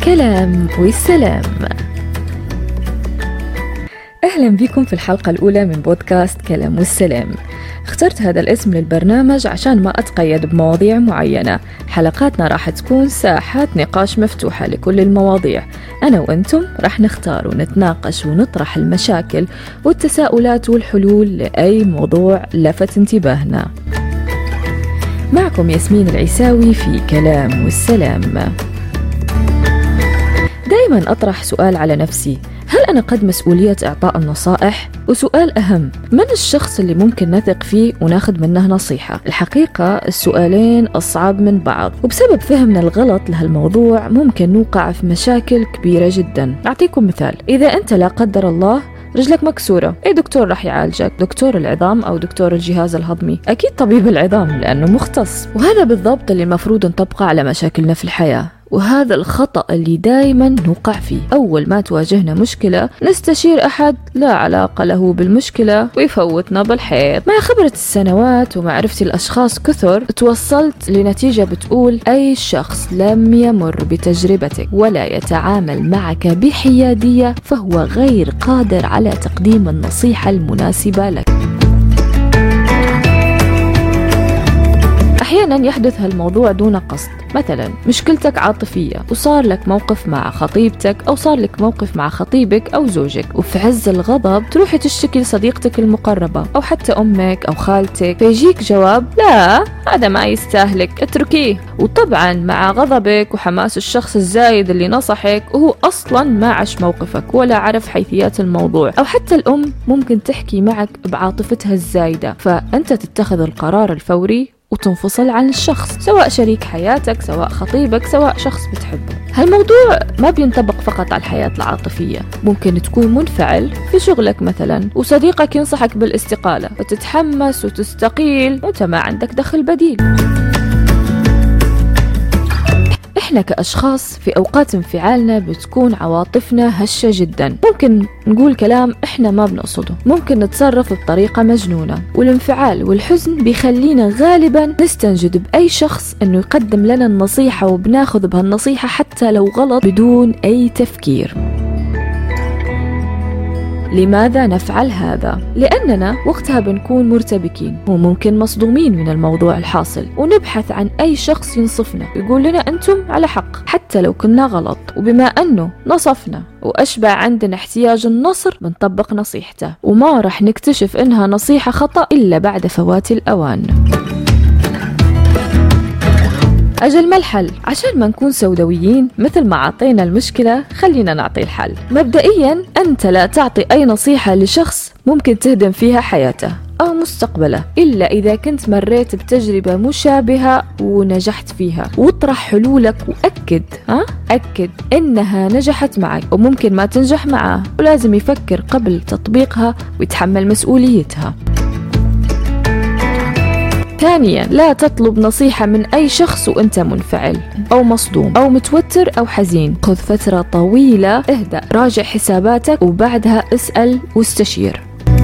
كلام والسلام. أهلا بكم في الحلقة الأولى من بودكاست كلام والسلام. اخترت هذا الاسم للبرنامج عشان ما أتقيد بمواضيع معينة. حلقاتنا راح تكون ساحات نقاش مفتوحة لكل المواضيع. أنا وأنتم راح نختار ونتناقش ونطرح المشاكل والتساؤلات والحلول لأي موضوع لفت انتباهنا. معكم ياسمين العيساوي في كلام والسلام. دايما أطرح سؤال على نفسي: هل أنا قد مسؤولية إعطاء النصائح؟ وسؤال أهم: من الشخص اللي ممكن نثق فيه وناخد منه نصيحة؟ الحقيقة السؤالين أصعب من بعض، وبسبب فهمنا الغلط لهالموضوع ممكن نوقع في مشاكل كبيرة جدا. أعطيكم مثال: إذا أنت لا قدر الله رجلك مكسورة، أي دكتور راح يعالجك؟ دكتور العظام أو دكتور الجهاز الهضمي؟ أكيد طبيب العظام لأنه مختص. وهذا بالضبط اللي المفروض نطبقه على مشاكلنا في الحياة، وهذا الخطأ اللي دايما نوقع فيه. أول ما تواجهنا مشكلة نستشير أحد لا علاقة له بالمشكلة ويفوتنا بالحيط. مع خبرة السنوات ومعرفتي الأشخاص كثر، توصلت لنتيجة بتقول: أي شخص لم يمر بتجربتك ولا يتعامل معك بحيادية فهو غير قادر على تقديم النصيحة المناسبة لك. أحيانا يحدث هالموضوع دون قصد. مثلا مشكلتك عاطفية وصار لك موقف مع خطيبتك أو صار لك موقف مع خطيبك أو زوجك، وفي عز الغضب تروحي تشتكي لصديقتك المقربة أو حتى أمك أو خالتك، فيجيك جواب: لا هذا ما يستاهلك، اتركيه. وطبعا مع غضبك وحماس الشخص الزايد اللي نصحك وهو أصلا ما عاش موقفك ولا عرف حيثيات الموضوع. أو حتى الأم ممكن تحكي معك بعاطفتها الزايدة، فأنت تتخذ القرار الفوري وتنفصل عن الشخص، سواء شريك حياتك، سواء خطيبك، سواء شخص بتحبه. هالموضوع ما بينطبق فقط على الحياة العاطفية. ممكن تكون منفعل في شغلك مثلا وصديقك ينصحك بالاستقالة فتتحمس وتستقيل وانت ما عندك دخل بديل. إحنا كأشخاص في أوقات انفعالنا بتكون عواطفنا هشة جدا، ممكن نقول كلام إحنا ما بنقصده، ممكن نتصرف بطريقة مجنونة، والانفعال والحزن بيخلينا غالبا نستنجد بأي شخص إنه يقدم لنا النصيحة، وبناخذ بهالنصيحة حتى لو غلط بدون أي تفكير. لماذا نفعل هذا؟ لأننا وقتها بنكون مرتبكين وممكن مصدومين من الموضوع الحاصل، ونبحث عن أي شخص ينصفنا يقول لنا أنتم على حق حتى لو كنا غلط. وبما أنه نصفنا وأشبع عندنا احتياج النصر بنطبق نصيحته، وما رح نكتشف إنها نصيحة خطأ إلا بعد فوات الأوان. أجل ما الحل؟ عشان ما نكون سوداويين مثل ما عطينا المشكلة خلينا نعطي الحل. مبدئيا أنت لا تعطي أي نصيحة لشخص ممكن تهدم فيها حياته أو مستقبله إلا إذا كنت مريت بتجربة مشابهة ونجحت فيها. واطرح حلولك أكد إنها نجحت معك وممكن ما تنجح معه، ولازم يفكر قبل تطبيقها ويتحمل مسؤوليتها. ثانيا، لا تطلب نصيحة من أي شخص وأنت منفعل أو مصدوم أو متوتر أو حزين. خذ فترة طويلة، اهدأ، راجع حساباتك وبعدها اسأل واستشير.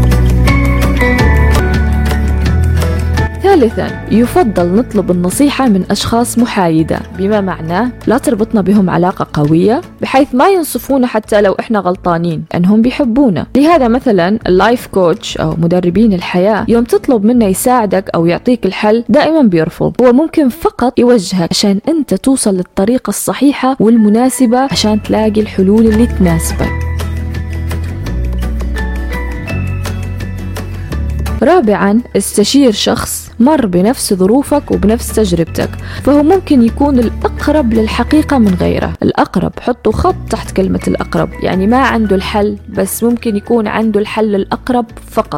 ثالثا، يفضل نطلب النصيحة من أشخاص محايدة، بما معناه لا تربطنا بهم علاقة قوية بحيث ما ينصفونا حتى لو إحنا غلطانين، أنهم بيحبونا. لهذا مثلا اللايف كوتش أو مدربين الحياة يوم تطلب منه يساعدك أو يعطيك الحل دائما بيرفض، هو ممكن فقط يوجهك عشان أنت توصل للطريقة الصحيحة والمناسبة عشان تلاقي الحلول اللي تناسبك. رابعا، استشير شخص مر بنفس ظروفك وبنفس تجربتك، فهو ممكن يكون الأقرب للحقيقة من غيره. الأقرب، حطوا خط تحت كلمة الأقرب، يعني ما عنده الحل بس ممكن يكون عنده الحل الأقرب فقط.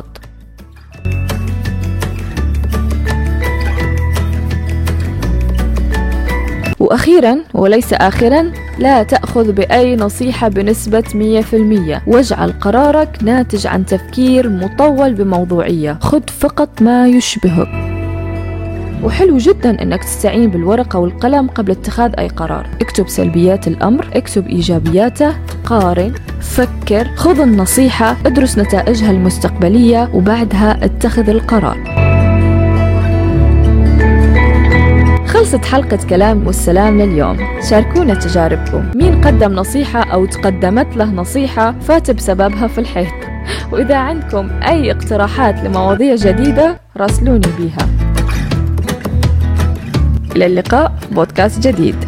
وأخيرا وليس آخرا، لا تأخذ بأي نصيحة بنسبة 100%، واجعل قرارك ناتج عن تفكير مطول بموضوعية. خذ فقط ما يشبهك. وحلو جدا انك تستعين بالورقة والقلم قبل اتخاذ اي قرار. اكتب سلبيات الامر، اكتب ايجابياته، قارن، فكر، خذ النصيحة، ادرس نتائجها المستقبلية وبعدها اتخذ القرار. خلصت حلقة كلام والسلام لليوم. شاركونا تجاربكم، مين قدم نصيحة أو تقدمت له نصيحة فات بسببها في الحيط؟ وإذا عندكم أي اقتراحات لمواضيع جديدة راسلوني بيها. إلى اللقاء بودكاست جديد.